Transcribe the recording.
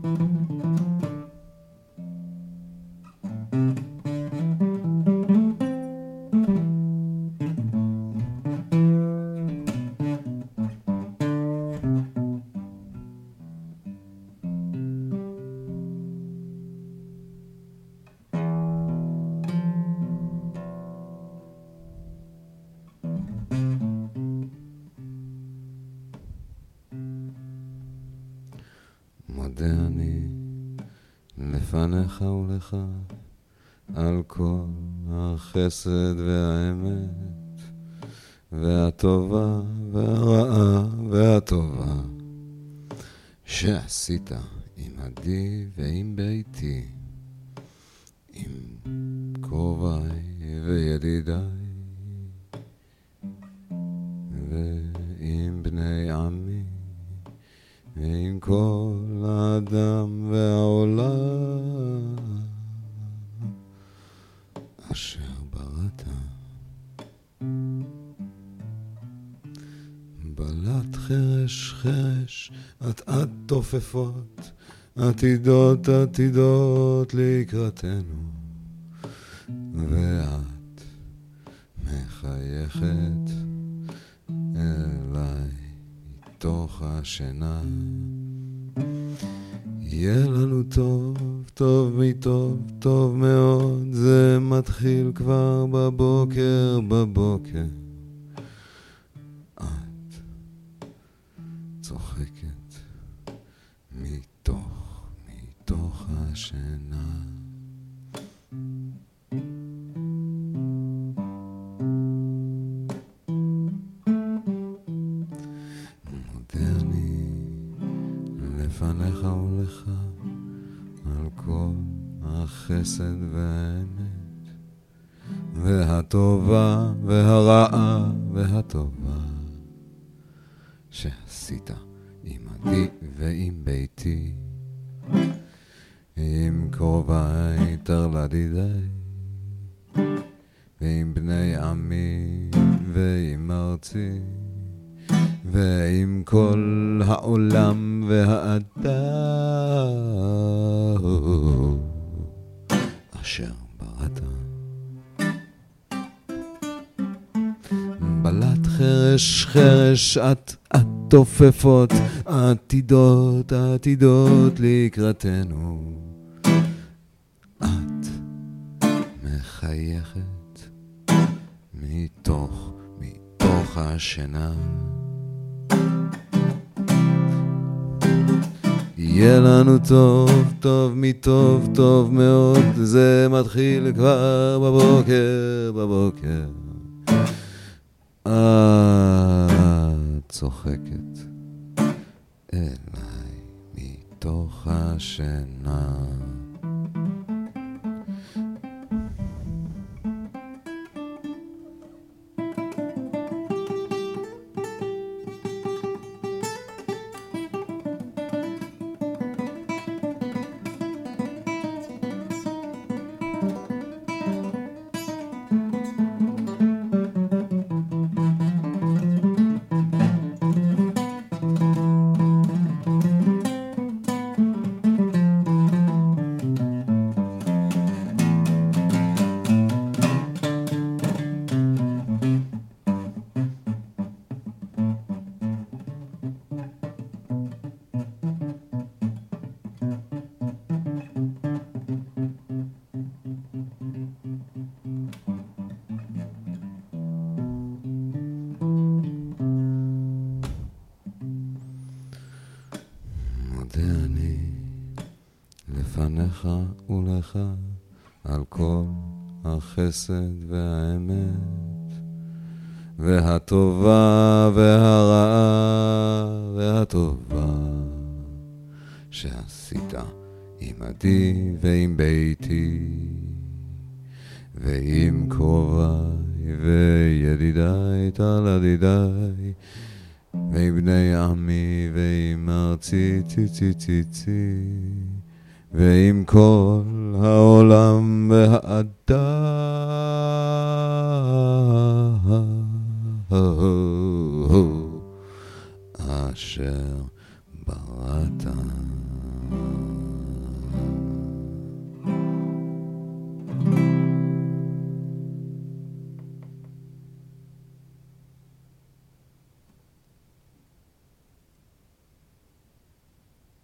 מודה אני לפניך ולך על כל החסד והאמת והטובה והרעה והטובה שעשית עמדי ועם ביתי, עם קרוביי וידידיי ועם בני עמי ועם כל האדם והעולם אשר בראת. בלט חרש חרש את תופפות עתידות עתידות לקראתנו, ואת מחייכת אליי מתוך השינה. יהיה לנו טוב, טוב מטוב, טוב מאוד, זה מתחיל כבר בבוקר, בבוקר. את צוחקת מתוך השינה. לפניך ולך על כל החסד והאמת והטובה והרעה והטובה שעשית עמדי ועם ביתי, עם קרוביי תרלדידיי ועם בני עמי ועם ארצי ועם כל העולם והאדם אשר בראת. בלט חרש חרש את תופפות עתידות עתידות לקראתנו, את מחייכת מתוך השינה. יהיה לנו טוב, טוב מטוב, טוב מאוד, זה מתחיל כבר בבוקר, בבוקר. את צוחקת אליי מתוך השינה. אני לפניך ולך על כל החסד והאמת והטובה והרעה והטובה שעשית עמדי ועם ביתי ועם קרוביי וידידיי תלדידיי ועם בני עמי ועם ארצי צי ועם כל העולם והאדם